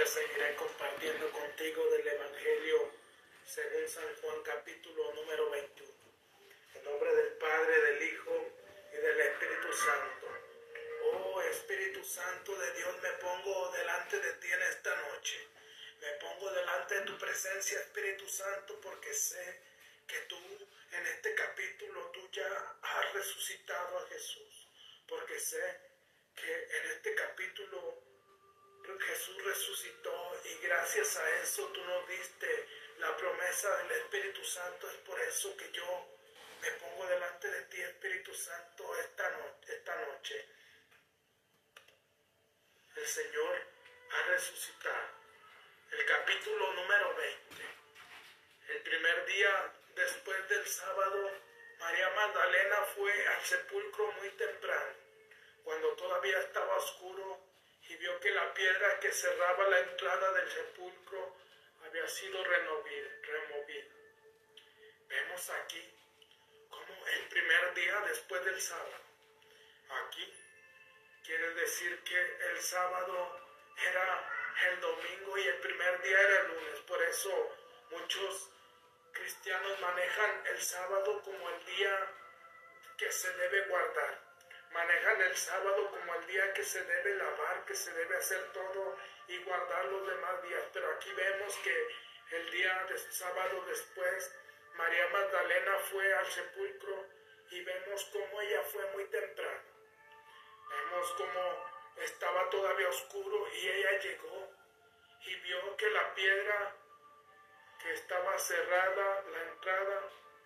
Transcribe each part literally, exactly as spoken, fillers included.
noche seguiré compartiendo contigo del Evangelio según San Juan, capítulo número veintiuno. En nombre del Padre, del Hijo y del Espíritu Santo. Oh Espíritu Santo de Dios, me pongo delante de ti en esta noche. Me pongo delante de tu presencia, Espíritu Santo, porque sé que tú en este capítulo tú ya has resucitado a Jesús. Porque sé que en este capítulo Jesús resucitó y gracias a eso tú nos diste la promesa del Espíritu Santo. Es por eso que yo me pongo delante de ti, Espíritu Santo, esta, no, esta noche. El Señor ha resucitado. El capítulo número veinte. El primer día después del sábado, María Magdalena fue al sepulcro muy temprano, cuando todavía estaba oscuro, y vio que la piedra que cerraba la entrada del sepulcro había sido removida. Vemos aquí como el primer día después del sábado. Aquí quiere decir que el sábado era el domingo y el primer día era el lunes. Por eso muchos cristianos manejan el sábado como el día que se debe guardar. Manejan el sábado como el día que se debe lavar, que se debe hacer todo y guardar los demás días. Pero aquí vemos que el día de sábado después, María Magdalena fue al sepulcro y vemos cómo ella fue muy temprano. Vemos cómo estaba todavía oscuro y ella llegó y vio que la piedra que estaba cerrada, la entrada,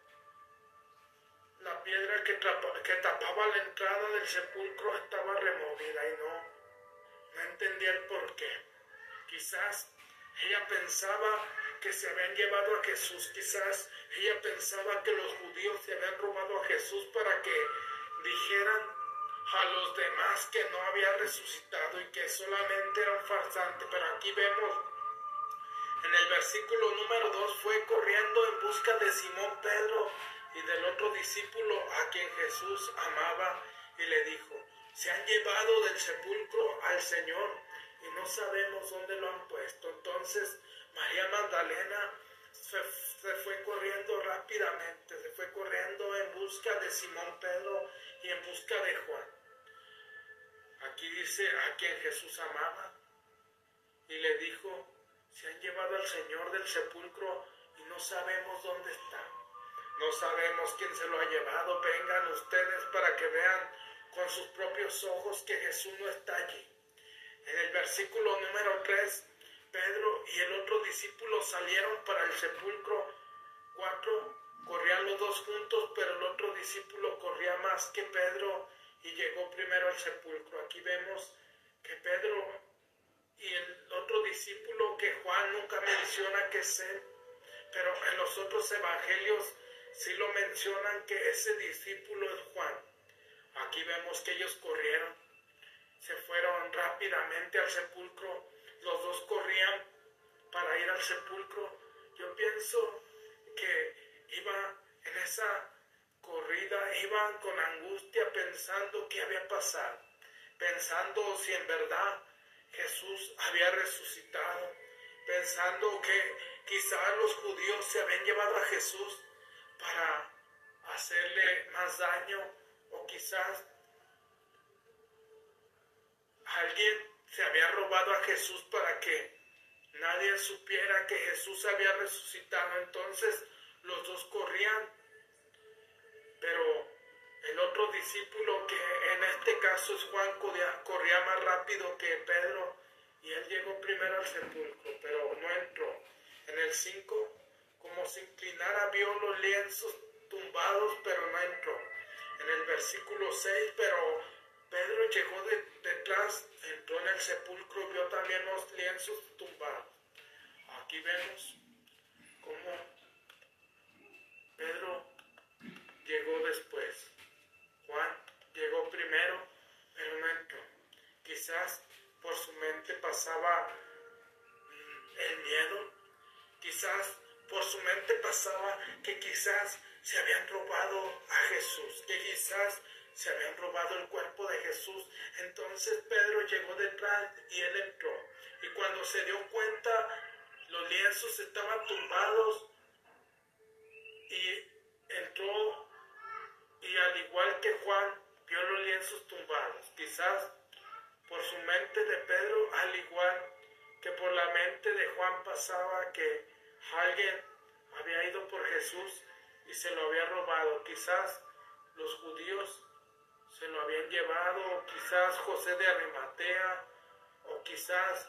la piedra que, trapa, que tapaba la entrada del sepulcro estaba removida y no, no entendía el por qué. Quizás ella pensaba que se habían llevado a Jesús, quizás ella pensaba que los judíos se habían robado a Jesús para que dijeran a los demás que no había resucitado y que solamente era un farsante. Pero aquí vemos en el versículo número dos, fue corriendo en busca de Simón Pedro y del otro discípulo a quien Jesús amaba y le dijo: se han llevado del sepulcro al Señor y no sabemos dónde lo han puesto. Entonces María Magdalena se, se fue corriendo rápidamente, se fue corriendo en busca de Simón Pedro y en busca de Juan. Aquí dice a quien Jesús amaba y le dijo: se han llevado al Señor del sepulcro y no sabemos dónde está. No sabemos quién se lo ha llevado. Vengan ustedes para que vean con sus propios ojos que Jesús no está allí. En el versículo número tres, Pedro y el otro discípulo salieron para el sepulcro. Cuatro, corrían los dos juntos, pero el otro discípulo corría más que Pedro y llegó primero al sepulcro. Aquí vemos que Pedro y el otro discípulo, que Juan nunca menciona que es él, pero en los otros evangelios sí lo mencionan que ese discípulo es Juan. Aquí vemos que ellos corrieron, se fueron rápidamente al sepulcro, los dos corrían para ir al sepulcro. Yo pienso que iban en esa corrida, iban con angustia pensando qué había pasado, pensando si en verdad Jesús había resucitado, pensando que quizás los judíos se habían llevado a Jesús para hacerle más daño, o quizás alguien se había robado a Jesús para que nadie supiera que Jesús había resucitado. Entonces los dos corrían, pero el otro discípulo, que en este caso es Juan, corría, corría más rápido que Pedro y él llegó primero al sepulcro, pero no entró. En el cinco, como se inclinara, vio los lienzos tumbados, pero no entró. En el versículo seis, pero Pedro llegó de, detrás, entró en el sepulcro, vio también los lienzos tumbados. Aquí vemos cómo Pedro llegó después. Juan llegó primero, pero no entró. Quizás por su mente pasaba mm, el miedo. Quizás por su mente pasaba que quizás se habían robado a Jesús, que quizás se habían robado el cuerpo de Jesús. Entonces Pedro llegó detrás y él entró. Y cuando se dio cuenta, los lienzos estaban tumbados y entró, y al igual que Juan, vio los lienzos tumbados. Quizás por su mente de Pedro, al igual que por la mente de Juan, pasaba que alguien había ido por Jesús y se lo había robado. Quizás los judíos se lo habían llevado, o quizás José de Arimatea, o quizás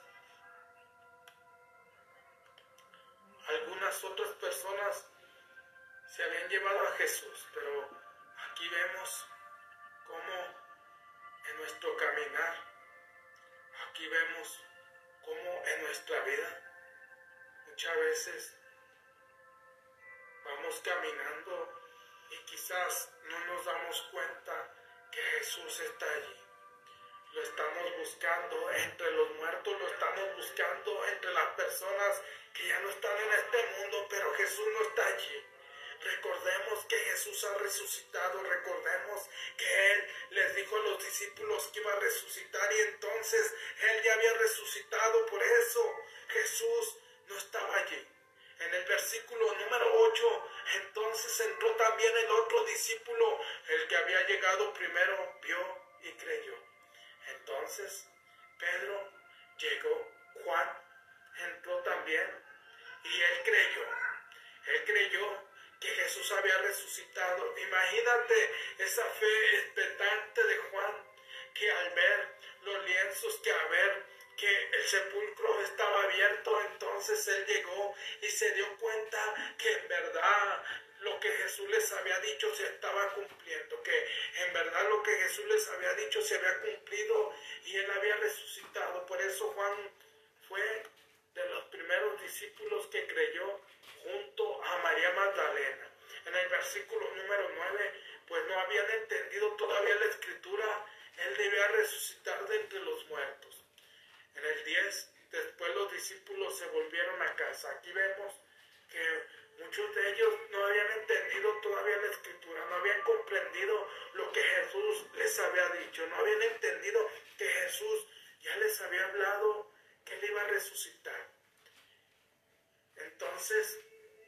algunas otras personas se habían llevado a Jesús. Pero aquí vemos cómo en nuestro caminar, aquí vemos cómo en nuestra vida muchas veces vamos caminando y quizás no nos damos cuenta que Jesús está allí. Lo estamos buscando entre los muertos, lo estamos buscando entre las personas que ya no están en este mundo, pero Jesús no está allí. Recordemos que Jesús ha resucitado, recordemos que Él les dijo a los discípulos que iba a resucitar, y entonces Él ya había resucitado. Por eso Jesús no estaba allí. En el versículo número ocho, entonces entró también el otro discípulo, el que había llegado primero, vio y creyó. Entonces Pedro llegó, Juan entró también y él creyó. Él creyó que Jesús había resucitado. Imagínate esa fe expectante de Juan, que al ver los lienzos, que al ver que el sepulcro estaba abierto, entonces él llegó y se dio cuenta que en verdad lo que Jesús les había dicho se estaba cumpliendo, que en verdad lo que Jesús les había dicho se había cumplido y él había resucitado. Por eso Juan fue de los primeros discípulos que creyó junto a María Magdalena. En el versículo número nueve, pues no habían entendido todavía la escritura, él debía resucitar de entre los muertos. En el diez, después los discípulos se volvieron a casa. Aquí vemos que muchos de ellos no habían entendido todavía la escritura, no habían comprendido lo que Jesús les había dicho, no habían entendido que Jesús ya les había hablado que él iba a resucitar. Entonces,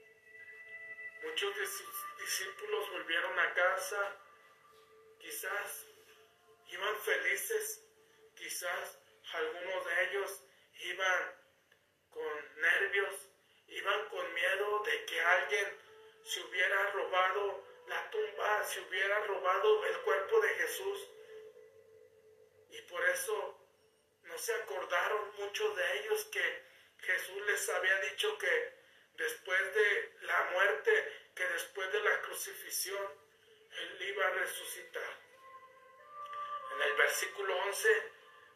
muchos de sus discípulos volvieron a casa, quizás iban felices, quizás algunos de ellos iban con nervios, iban con miedo de que alguien se hubiera robado la tumba, se hubiera robado el cuerpo de Jesús. Y por eso no se acordaron muchos de ellos que Jesús les había dicho que después de la muerte, que después de la crucifixión, Él iba a resucitar. En el versículo once,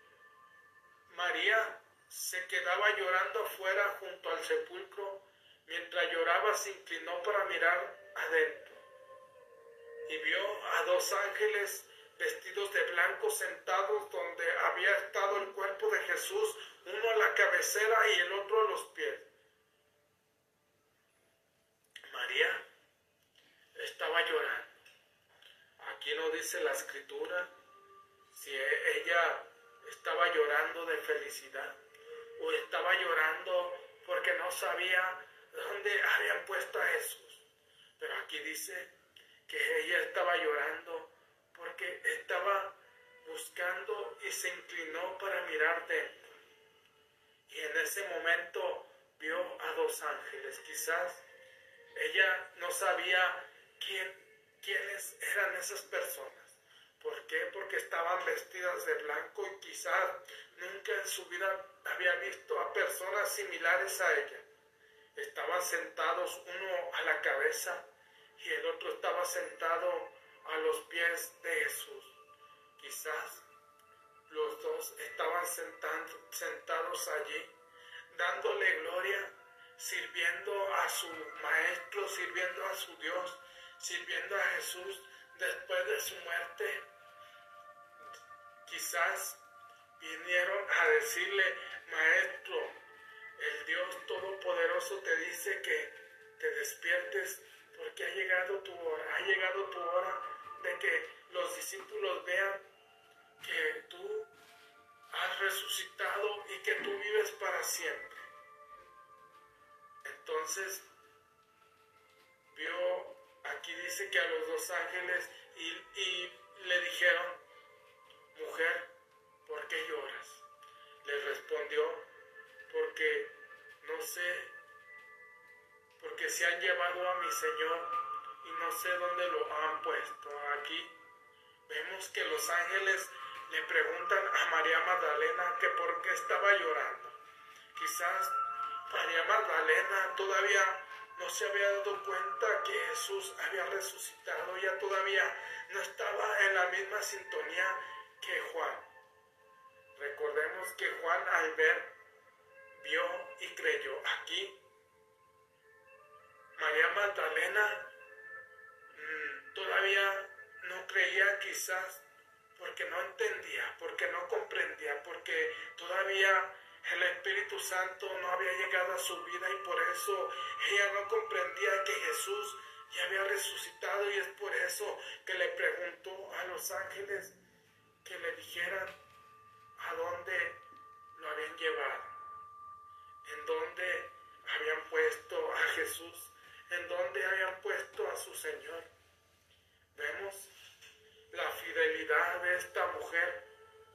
María se quedaba llorando afuera junto al sepulcro. Mientras lloraba se inclinó para mirar adentro y vio a dos ángeles vestidos de blanco sentados donde había estado el cuerpo de Jesús, uno a la cabecera y el otro a los pies. María estaba llorando. Aquí no dice la escritura si ella estaba llorando de felicidad o estaba llorando porque no sabía dónde habían puesto a Jesús. Pero aquí dice que ella estaba llorando porque estaba buscando y se inclinó para mirar dentro. Y en ese momento vio a dos ángeles. Quizás ella no sabía quién, quiénes eran esas personas. ¿Por qué? Porque estaban vestidas de blanco y quizás nunca en su vida había visto a personas similares a ella. Estaban sentados uno a la cabeza y el otro estaba sentado a los pies de Jesús. Quizás los dos estaban sentando, sentados allí, dándole gloria, sirviendo a su Maestro, sirviendo a su Dios, sirviendo a Jesús después de su muerte. Quizás vinieron a decirle: Maestro, el Dios Todopoderoso te dice que te despiertes porque ha llegado tu hora, ha llegado tu hora de que los discípulos vean que tú has resucitado y que tú vives para siempre. Entonces vio, aquí dice que a los dos ángeles y, y le dijeron: mujer, ¿por qué lloras? Le respondió: porque no sé, porque se han llevado a mi Señor y no sé dónde lo han puesto. Aquí vemos que los ángeles le preguntan a María Magdalena que por qué estaba llorando. Quizás María Magdalena todavía no se había dado cuenta que Jesús había resucitado, ella todavía no estaba en la misma sintonía que Juan. Recordemos que Juan, al ver, vio y creyó. Aquí María Magdalena mmm, todavía no creía, quizás porque no entendía, porque no comprendía, porque todavía el Espíritu Santo no había llegado a su vida y por eso ella no comprendía que Jesús ya había resucitado, y es por eso que le preguntó a los ángeles que le dijeran a dónde lo habían llevado, en dónde habían puesto a Jesús, en dónde habían puesto a su Señor. Vemos la fidelidad de esta mujer,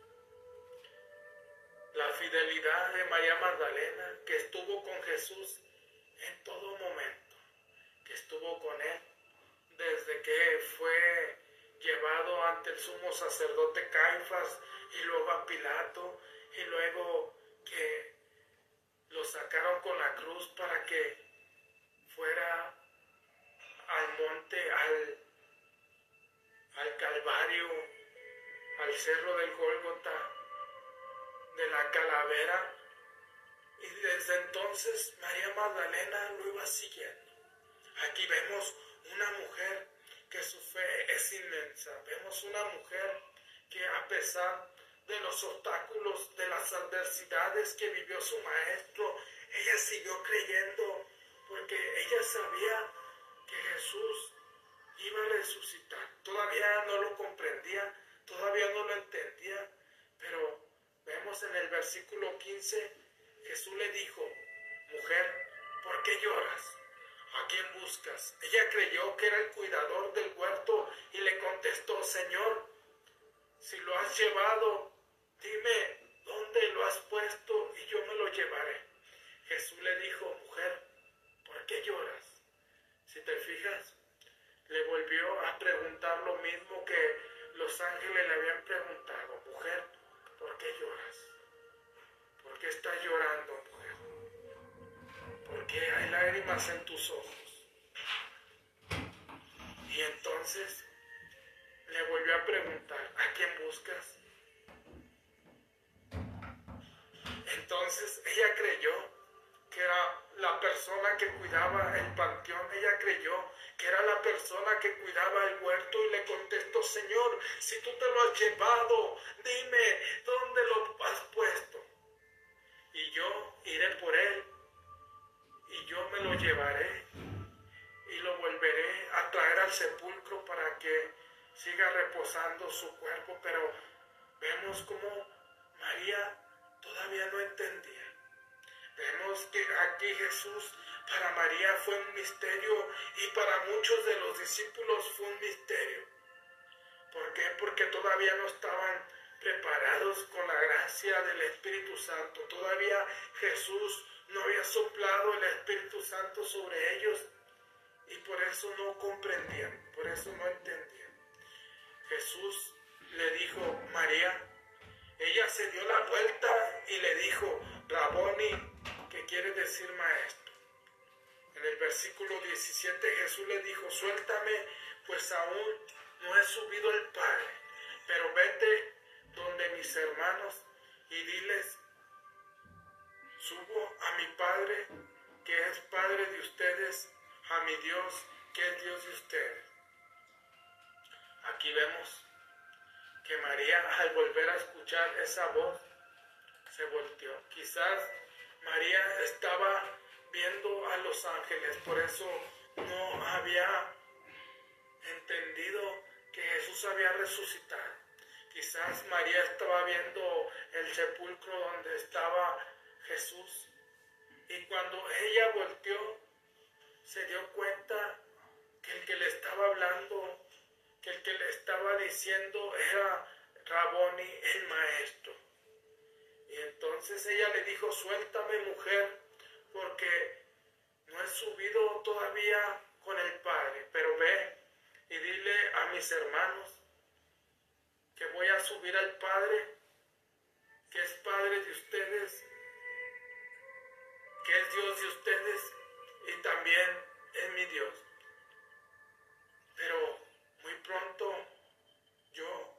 la fidelidad de María Magdalena, que estuvo con Jesús en todo momento, que estuvo con él desde que fue llevado ante el sumo sacerdote Caifás y luego a Pilato, y luego que lo sacaron con la cruz para que fuera al monte, al, al Calvario, al cerro del Gólgota, de la calavera, y desde entonces María Magdalena lo iba siguiendo. Aquí vemos una mujer que su fe es inmensa, vemos una mujer que a pesar de los obstáculos, de las adversidades que vivió su maestro, ella siguió creyendo, porque ella sabía que Jesús iba a resucitar. Todavía no lo comprendía, todavía no lo entendía, pero vemos en el versículo quince, Jesús le dijo: mujer, ¿por qué lloras? ¿A quién buscas? Ella creyó que era el cuidador del huerto y le contestó: Señor, si lo has llevado, dime dónde lo has puesto y yo me lo llevaré. Jesús le dijo: mujer, ¿por qué lloras? Si te fijas, le volvió a preguntar lo mismo que los ángeles le habían preguntado: mujer, ¿por qué lloras? ¿Por qué estás llorando, mujer? ¿Por qué hay lágrimas en tus ojos? Y entonces le volvió a preguntar: ¿a quién buscas? Entonces ella creyó que era la persona que cuidaba el panteón, ella creyó que era la persona que cuidaba el huerto, y le contestó: Señor, si tú te lo has llevado, dime dónde lo has puesto y yo iré por él y yo me lo llevaré y lo volveré a traer al sepulcro para que siga reposando su cuerpo. Pero vemos como María todavía no entendía. Vemos que aquí Jesús para María fue un misterio y para muchos de los discípulos fue un misterio. ¿Por qué? Porque todavía no estaban preparados con la gracia del Espíritu Santo. Todavía Jesús no había soplado el Espíritu Santo sobre ellos y por eso no comprendían, por eso no entendían. Jesús le dijo: María. Ella se dio la vuelta y le dijo: Raboni, que quiere decir maestro. En el versículo diecisiete Jesús le dijo: suéltame, pues aún no he subido al Padre, pero vete donde mis hermanos y diles: subo a mi Padre, que es Padre de ustedes, a mi Dios, que es Dios de ustedes. Aquí vemos que María, al volver a escuchar esa voz, se volteó. Quizás María estaba viendo a los ángeles, por eso no había entendido que Jesús había resucitado. Quizás María estaba viendo el sepulcro donde estaba Jesús, y cuando ella volteó, se dio cuenta que el que le estaba hablando, que el que le estaba diciendo era Raboni, el maestro. Y entonces ella le dijo: suéltame, mujer, porque no he subido todavía con el Padre, pero ve y dile a mis hermanos que voy a subir al Padre, que es Padre de ustedes, que es Dios de ustedes y también es mi Dios. Pero muy pronto yo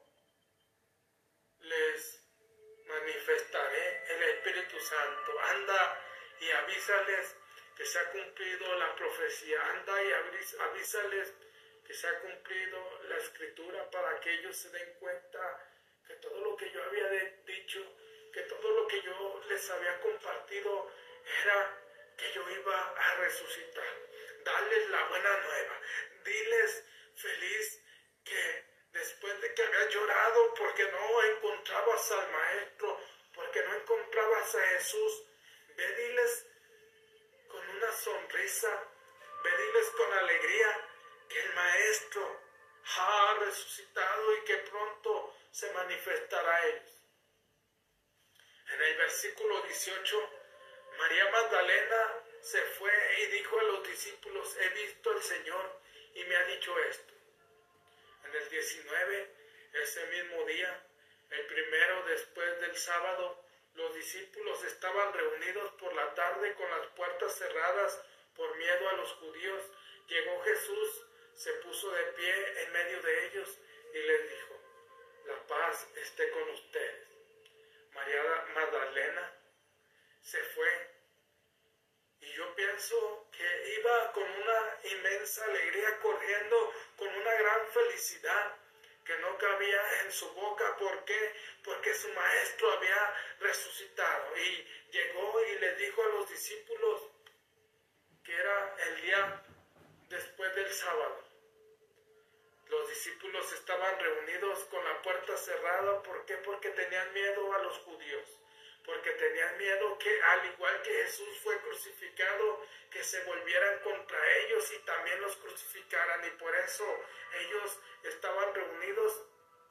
les manifestaré el Espíritu Santo. Anda y avísales que se ha cumplido la profecía. Anda y avísales que se ha cumplido la Escritura, para que ellos se den cuenta que todo lo que yo había dicho, que todo lo que yo les había compartido era que yo iba a resucitar. Darles la buena nueva. Diles feliz que después de que habías llorado porque no encontrabas al Maestro, porque no encontrabas a Jesús, ve, diles con una sonrisa, ve, diles con alegría que el Maestro ha resucitado y que pronto se manifestará a ellos. En el versículo dieciocho, María Magdalena se fue y dijo a los discípulos: he visto al Señor y me ha dicho esto. En el diecinueve, ese mismo día, el primero después del sábado, los discípulos estaban reunidos por la tarde con las puertas cerradas por miedo a los judíos. Llegó Jesús, se puso de pie en medio de ellos y les dijo: la paz esté con ustedes. María Magdalena se fue, y yo pienso que iba con una inmensa alegría, corriendo con una gran felicidad que no cabía en su boca. ¿Por qué? Porque su Maestro había resucitado. Y llegó y le dijo a los discípulos que era el día después del sábado. Los discípulos estaban reunidos con la puerta cerrada. ¿Por qué? Porque tenían miedo a los judíos. Porque tenían miedo que, al igual que Jesús fue crucificado, que se volvieran contra ellos y también los crucificaran. Y por eso ellos estaban reunidos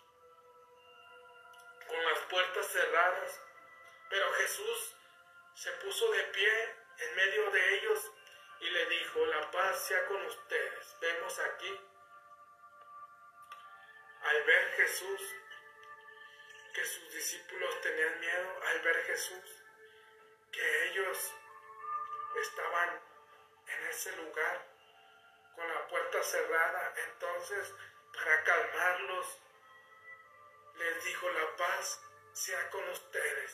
con las puertas cerradas. Pero Jesús se puso de pie en medio de ellos y le dijo: la paz sea con ustedes. Vemos aquí, al ver Jesús, que sus discípulos tenían miedo. Al ver Jesús, que ellos estaban en ese lugar con la puerta cerrada, entonces, para calmarlos, les dijo: la paz sea con ustedes.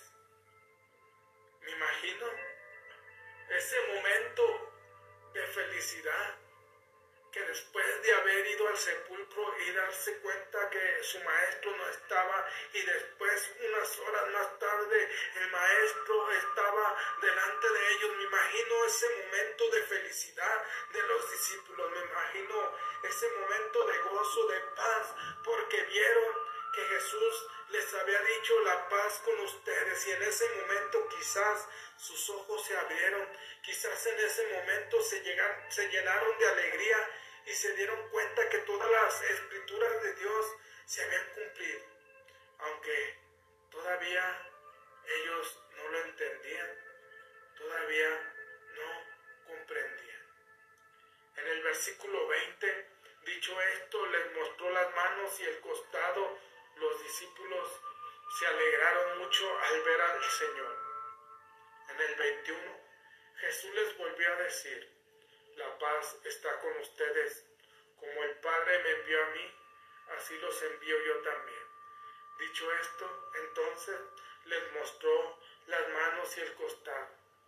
Me imagino ese momento de felicidad, que después de haber ido al sepulcro y darse cuenta que su Maestro no estaba, y después unas horas más tarde el Maestro estaba delante de ellos, me imagino ese momento de felicidad de los discípulos, me imagino ese momento de gozo, de paz, porque vieron que Jesús les había dicho: la paz con ustedes. Y en ese momento quizás sus ojos se abrieron, quizás en ese momento se, llegan, se llenaron de alegría y se dieron cuenta que todas las escrituras de Dios se habían cumplido, aunque todavía ellos no lo entendían, todavía no comprendían. En el versículo veinte, dicho esto, les mostró las manos y el costado. Los discípulos se alegraron mucho al ver al Señor. En el veintiuno, Jesús les volvió a decir: la paz está con ustedes. Como el Padre me envió a mí, así los envío yo también. Dicho esto, entonces les mostró las manos y el costado.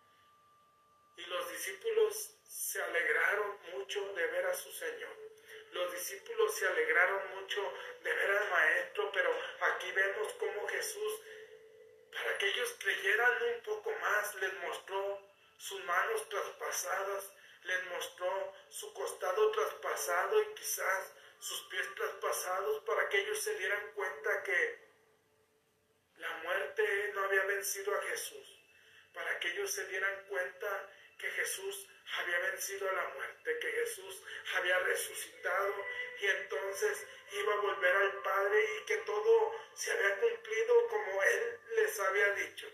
Y los discípulos se alegraron mucho de ver a su Señor. Los discípulos se alegraron mucho de ver al Maestro, pero aquí vemos cómo Jesús, para que ellos creyeran un poco más, les mostró sus manos traspasadas, les mostró su costado traspasado, y quizás sus pies traspasados para que ellos se dieran cuenta que la muerte no había vencido a Jesús, para que ellos se dieran cuenta que Jesús había vencido a la muerte, que Jesús había resucitado y entonces iba a volver al Padre y que todo se había cumplido como Él les había dicho.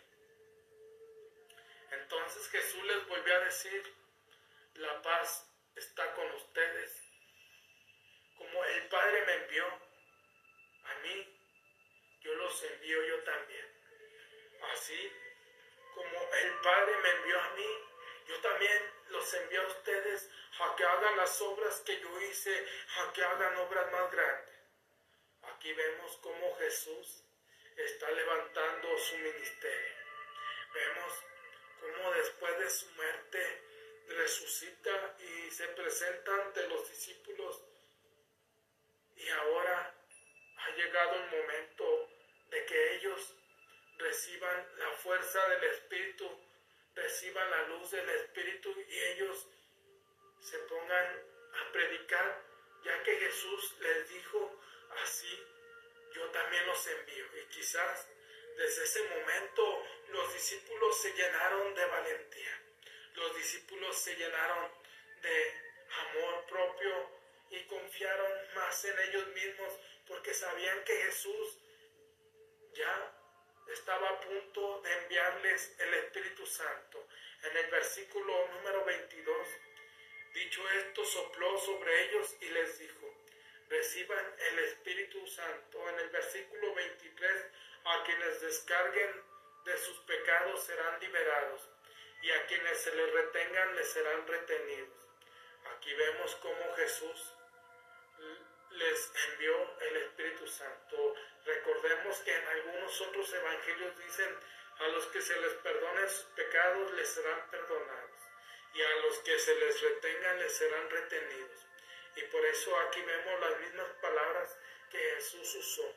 Entonces Jesús les volvió a decir: la paz está con ustedes. Como el Padre me envió a mí, yo los envío yo también. Así como el Padre me envió a mí, yo también los envío a ustedes a que hagan las obras que yo hice, a que hagan obras más grandes. Aquí vemos cómo Jesús está levantando su ministerio. Vemos cómo después de su muerte resucita y se presenta ante los discípulos. Y ahora ha llegado el momento de que ellos reciban la fuerza del Espíritu, reciban la luz del Espíritu y ellos se pongan a predicar, ya que Jesús les dijo: así yo también los envío. Y quizás desde ese momento los discípulos se llenaron de valentía, los discípulos se llenaron de amor propio y confiaron más en ellos mismos porque sabían que Jesús ya estaba a punto de enviarles el Espíritu Santo. En el versículo número veintidós, dicho esto, sopló sobre ellos y les dijo: reciban el Espíritu Santo. En el versículo veintitrés, a quienes descarguen de sus pecados serán liberados, y a quienes se les retengan les serán retenidos. Aquí vemos cómo Jesús les envió el Espíritu Santo. Recordemos que en algunos otros evangelios dicen: a los que se les perdonen sus pecados les serán perdonados, y a los que se les retengan les serán retenidos. Y por eso aquí vemos las mismas palabras que Jesús usó.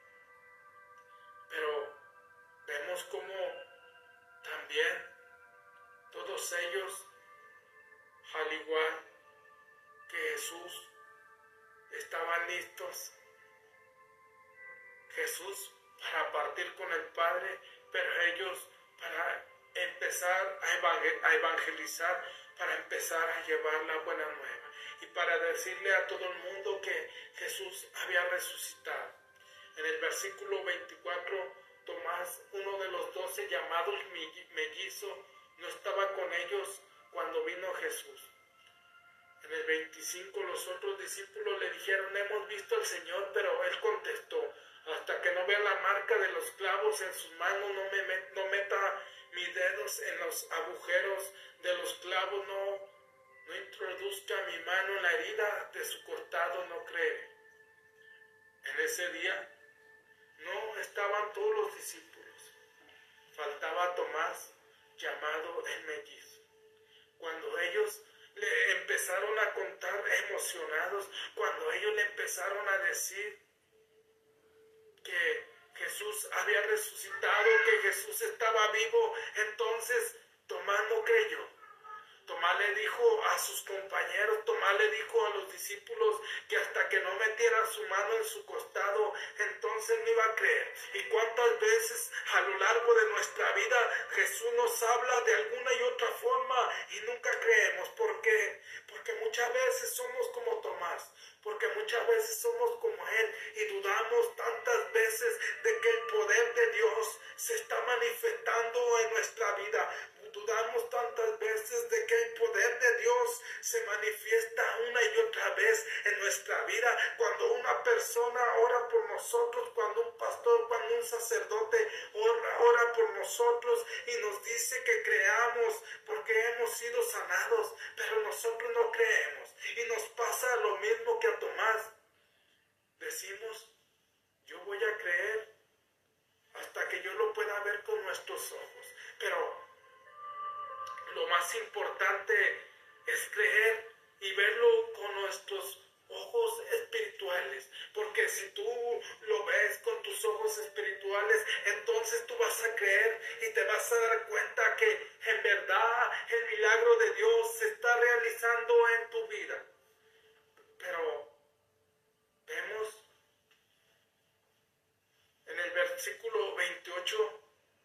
Pero vemos cómo también todos ellos, al igual que Jesús, estaban listos. Jesús para partir con el Padre, pero ellos para empezar a evangelizar, para empezar a llevar la buena nueva y para decirle a todo el mundo que Jesús había resucitado. En el versículo veinticuatro, Tomás, uno de los doce llamados mellizo, no estaba con ellos cuando vino Jesús. En el veinticinco, los otros discípulos le dijeron: hemos visto al Señor, pero él contestó: hasta que no vea la marca de los clavos en sus manos, no, me met, no meta mis dedos en los agujeros de los clavos, no, no introduzca mi mano en la herida de su costado, no cree. En ese día no estaban todos los discípulos, faltaba Tomás, llamado el mellizo. Cuando ellos le empezaron a contar emocionados, cuando ellos le empezaron a decir que Jesús había resucitado, que Jesús estaba vivo, entonces Tomás no creyó. Tomás le dijo a sus compañeros, Tomás le dijo a los discípulos que hasta que no metiera su mano en su costado, entonces no iba a creer. Y cuántas veces a lo largo de nuestra vida Jesús nos habla de alguna y otra forma y nunca creemos. ¿Por qué? Porque muchas veces somos como Tomás, porque muchas veces somos como Él y dudamos tantas veces de que el poder de Dios se está manifestando en nuestra vida. Dudamos tantas veces de que el poder de Dios se manifiesta una y otra vez en nuestra vida. Cuando una persona ora por nosotros, cuando un pastor, cuando un sacerdote ora, ora por nosotros y nos dice que creamos porque hemos sido sanados, pero nosotros no creemos. Y nos pasa lo mismo que a Tomás. Decimos: yo voy a creer hasta que yo lo pueda ver con nuestros ojos. Pero lo más importante es creer y verlo con nuestros ojos espirituales, porque si tú lo ves con tus ojos espirituales, entonces tú vas a creer y te vas a dar cuenta que en verdad el milagro de Dios se está realizando en tu vida. Pero veintiocho,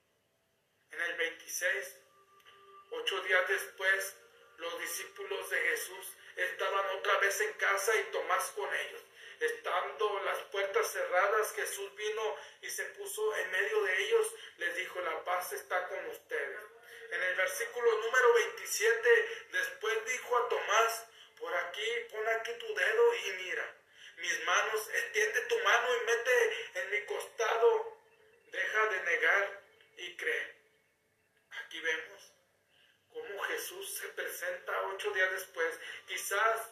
en el veintiséis, ocho días después, los discípulos de Jesús estaban otra vez en casa y Tomás con ellos. Estando las puertas cerradas, Jesús vino y se puso en medio de ellos, les dijo: la paz está con ustedes. En el versículo número veintisiete, después dijo a Tomás: por aquí, pon aquí tu dedo y mira mis manos, extiende tu mano y mete en mi costado, deja de negar y cree. Aquí vemos cómo Jesús se presenta ocho días después. Quizás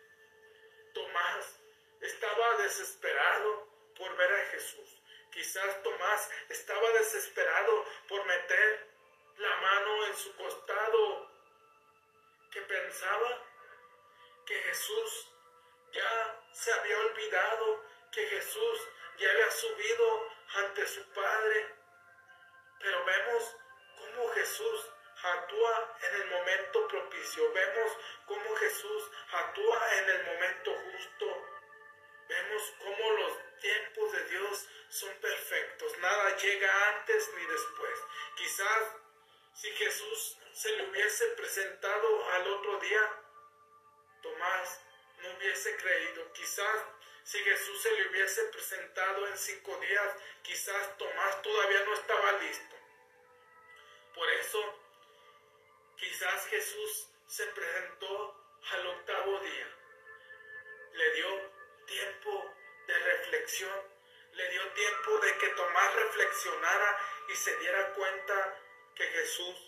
Tomás estaba desesperado por ver a Jesús. Quizás Tomás estaba desesperado por meter la mano en su costado, que pensaba que Jesús ya se había olvidado, que Jesús ya había subido ante su Padre. Pero vemos cómo Jesús actúa en el momento propicio. Vemos cómo Jesús actúa en el momento justo. Vemos cómo los tiempos de Dios son perfectos. Nada llega antes ni después. Quizás si Jesús se le hubiese presentado al otro día, Tomás no hubiese creído. Quizás si Jesús se le hubiese presentado en cinco días, quizás Tomás todavía no estaba listo. Por eso, quizás Jesús se presentó al octavo día. Le dio tiempo de reflexión. Le dio tiempo de que Tomás reflexionara y se diera cuenta que Jesús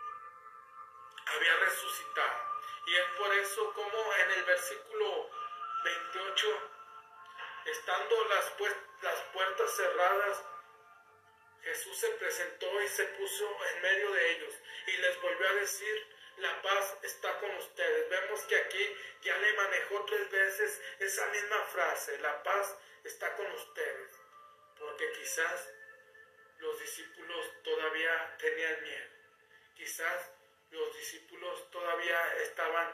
había resucitado. Y es por eso como en el versículo veintiocho, estando las, pu- las puertas cerradas, Jesús se presentó y se puso en medio de ellos y les volvió a decir: la paz está con ustedes. Vemos que aquí ya le manejó tres veces esa misma frase: la paz está con ustedes. Porque quizás los discípulos todavía tenían miedo. Quizás los discípulos todavía estaban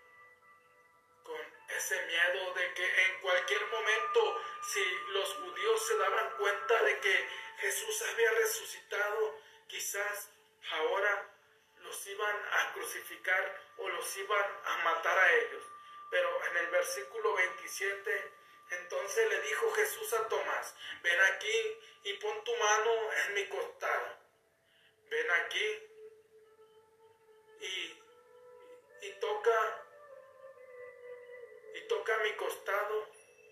con ese miedo de que en cualquier momento, si los judíos se daban cuenta de que Jesús había resucitado, quizás ahora los iban a crucificar o los iban a matar a ellos. Pero en el versículo veintisiete, entonces le dijo Jesús a Tomás: ven aquí y pon tu mano en mi costado. Ven aquí y, y toca y toca mi costado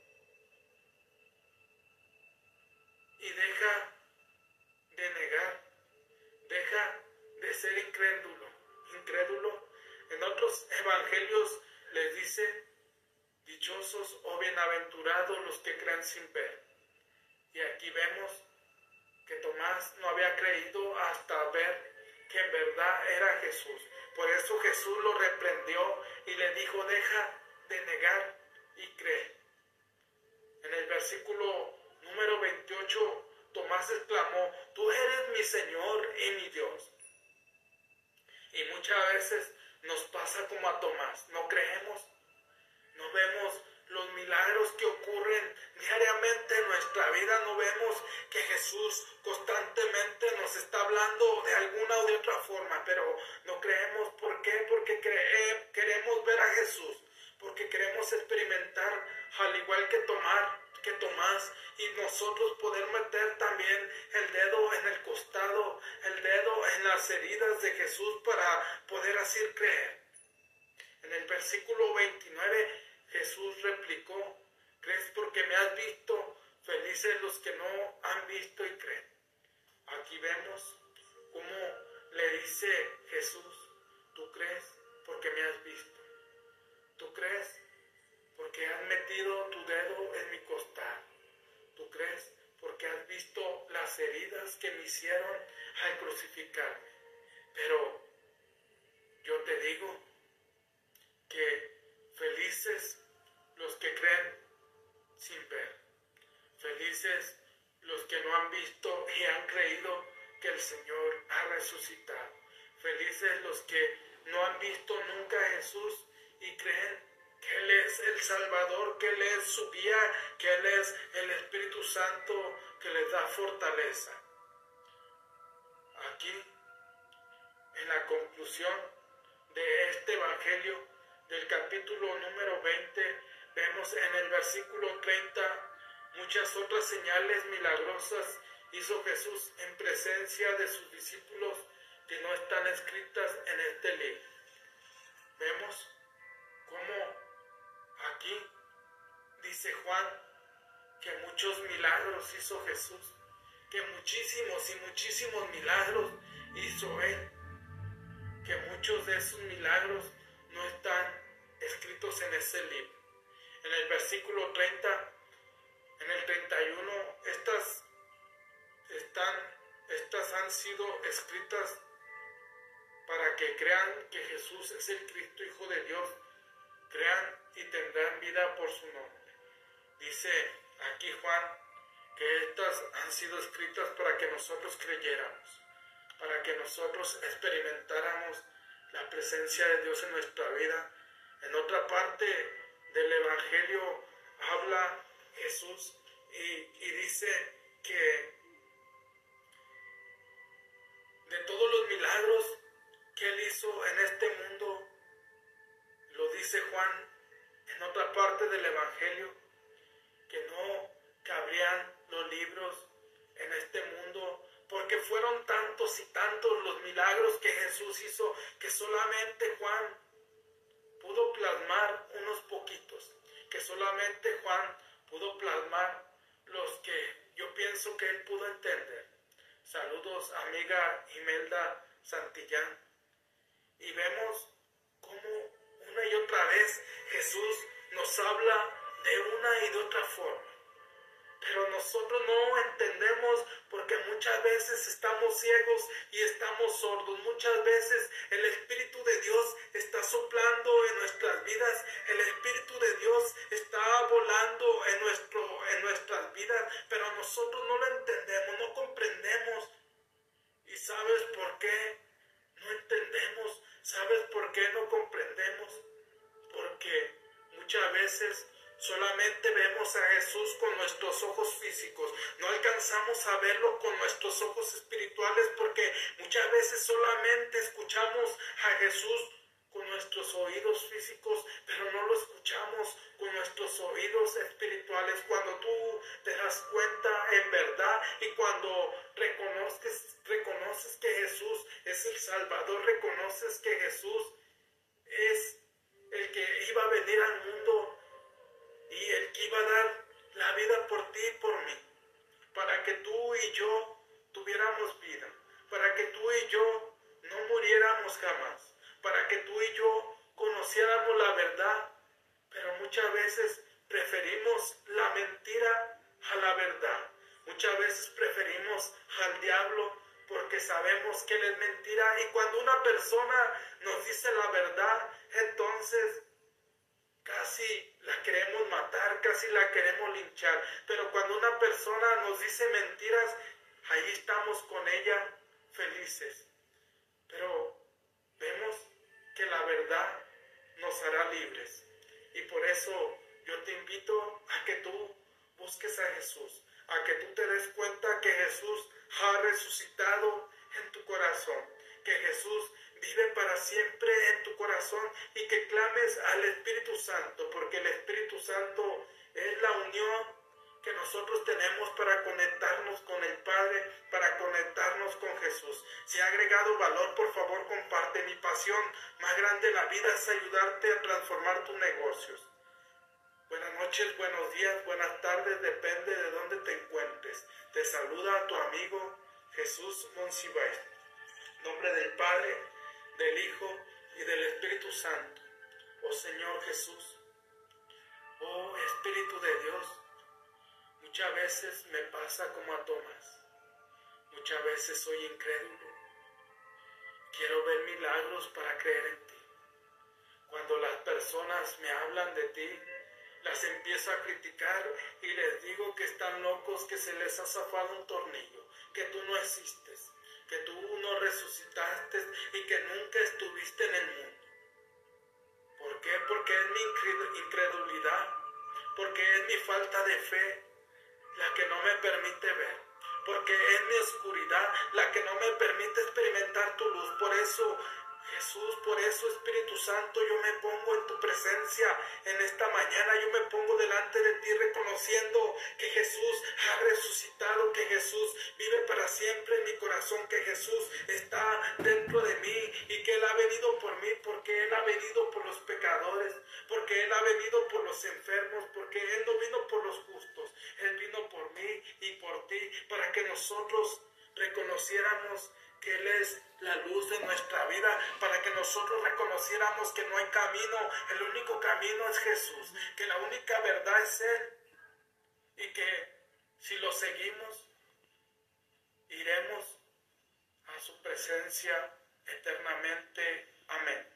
y deja de negar, deja de ser incrédulo, incrédulo. En otros evangelios les dice: dichosos o bienaventurados los que creen sin ver. Y aquí vemos que Tomás no había creído hasta ver que en verdad era Jesús. Por eso Jesús lo reprendió y le dijo: deja de negar y cree. En el versículo número veintiocho, Tomás exclamó: tú eres mi Señor y mi Dios. Y muchas veces nos pasa como a Tomás, no creemos, no vemos los milagros que ocurren diariamente en nuestra vida, no vemos que Jesús constantemente nos está hablando de alguna o de otra forma, pero no creemos. ¿Por qué? Porque cre- queremos ver a Jesús, porque queremos experimentar, al igual que Tomás, que Tomás, y nosotros poder meter también el dedo en el costado, el dedo en las heridas de Jesús para poder así creer. En el versículo veintinueve, Jesús replicó: ¿crees porque me has visto? Felices los que no han visto y creen. Aquí vemos cómo le dice Jesús: tú crees porque me has visto. Tú crees porque has metido tu dedo en mi costado. Tú crees porque has visto las heridas que me hicieron al crucificarme. Pero yo te digo que felices los que creen sin ver. Felices los que no han visto y han creído que el Señor ha resucitado. Felices los que no han visto nunca a Jesús y creen que Él es el Salvador, que Él es su guía, que Él es el Espíritu Santo que les da fortaleza. aquí, en la conclusión de este evangelio, del capítulo número veinte, vemos en el versículo treinta, muchas otras señales milagrosas hizo Jesús en presencia de sus discípulos que no están escritas en este libro. Vemos cómo aquí dice Juan que muchos milagros hizo Jesús, que muchísimos y muchísimos milagros hizo Él, que muchos de esos milagros no están escritos en ese libro. En el versículo treinta, en el treinta y uno, estas, están, estas han sido escritas para que crean que Jesús es el Cristo, Hijo de Dios, crean y tendrán vida por su nombre. Dice aquí Juan que estas han sido escritas para que nosotros creyéramos, para que nosotros experimentáramos la presencia de Dios en nuestra vida. En otra parte del Evangelio habla Jesús y, y dice que de todos los milagros que Él hizo en este mundo, lo dice Juan en otra parte del Evangelio, que no cabrían los libros en este mundo, porque fueron tantos y tantos los milagros que Jesús hizo, que solamente Juan pudo plasmar unos poquitos, que solamente Juan pudo plasmar los que yo pienso que él pudo entender. Saludos, amiga Imelda Santillán. Y vemos cómo una y otra vez Jesús nos habla de una y de otra forma. Pero nosotros no entendemos porque muchas veces estamos ciegos y estamos sordos. Muchas veces el Espíritu de Dios está soplando en nuestras vidas. El Espíritu de Dios está volando en, nuestro, en nuestras vidas. Pero nosotros no lo entendemos, no comprendemos. ¿Y sabes por qué no entendemos? ¿Sabes por qué no comprendemos? Porque muchas veces solamente vemos a Jesús con nuestros ojos físicos. No alcanzamos a verlo con nuestros ojos espirituales porque muchas veces solamente escuchamos a Jesús con nuestros oídos físicos, pero no lo escuchamos con nuestros oídos espirituales. Cuando tú te das cuenta en verdad y cuando reconoces, reconoces que Jesús es el Salvador, reconoces que Jesús es el que iba a venir al mundo y el que iba a dar la vida por ti y por mí, para que tú y yo tuviéramos vida, para que tú y yo no muriéramos jamás, para que tú y yo conociéramos la verdad, pero muchas veces preferimos la mentira a la verdad. Muchas veces preferimos al diablo porque sabemos que él es mentira, y cuando una persona nos dice la verdad, entonces casi la queremos matar, casi la queremos linchar. Pero cuando una persona nos dice mentiras, ahí estamos con ella felices. Pero vemos que la verdad nos hará libres. Y por eso yo te invito a que tú busques a Jesús, a que tú te des cuenta que Jesús ha resucitado en tu corazón, que Jesús vive para siempre en tu corazón, y que clames al Espíritu Santo, porque el Espíritu Santo es la unión que nosotros tenemos para conectarnos con el Padre, para conectarnos con Jesús. Si ha agregado valor, por favor comparte. Mi pasión más grande en la vida es ayudarte a transformar tus negocios. Buenas noches, buenos días, buenas tardes, depende de dónde te encuentres. Te saluda tu amigo Jesús Monsiváis. En nombre del Padre, del Hijo y del Espíritu Santo. Oh Señor Jesús, oh Espíritu de Dios, muchas veces me pasa como a Tomás. Muchas veces soy incrédulo. Quiero ver milagros para creer en ti. Cuando las personas me hablan de ti, las empiezo a criticar y les digo que están locos, que se les ha zafado un tornillo, que tú no existes, que tú no resucitaste y que nunca estuviste en el mundo. ¿Por qué? Porque es mi incredulidad, porque es mi falta de fe la que no me permite ver, porque es mi oscuridad la que no me permite experimentar tu luz. Por eso, Jesús, por eso, Espíritu Santo, yo me pongo en tu presencia en esta mañana. Yo me pongo delante de ti reconociendo que Jesús ha resucitado, que Jesús vive para siempre en mi corazón, que Jesús está dentro de mí y que Él ha venido por mí, porque Él ha venido por los pecadores, porque Él ha venido por los enfermos, porque Él no vino por los justos, Él vino por mí y por ti, para que nosotros reconociéramos que Él es la luz de nuestra vida, para que nosotros reconociéramos que no hay camino, el único camino es Jesús, que la única verdad es Él, y que si lo seguimos, iremos a su presencia eternamente. Amén.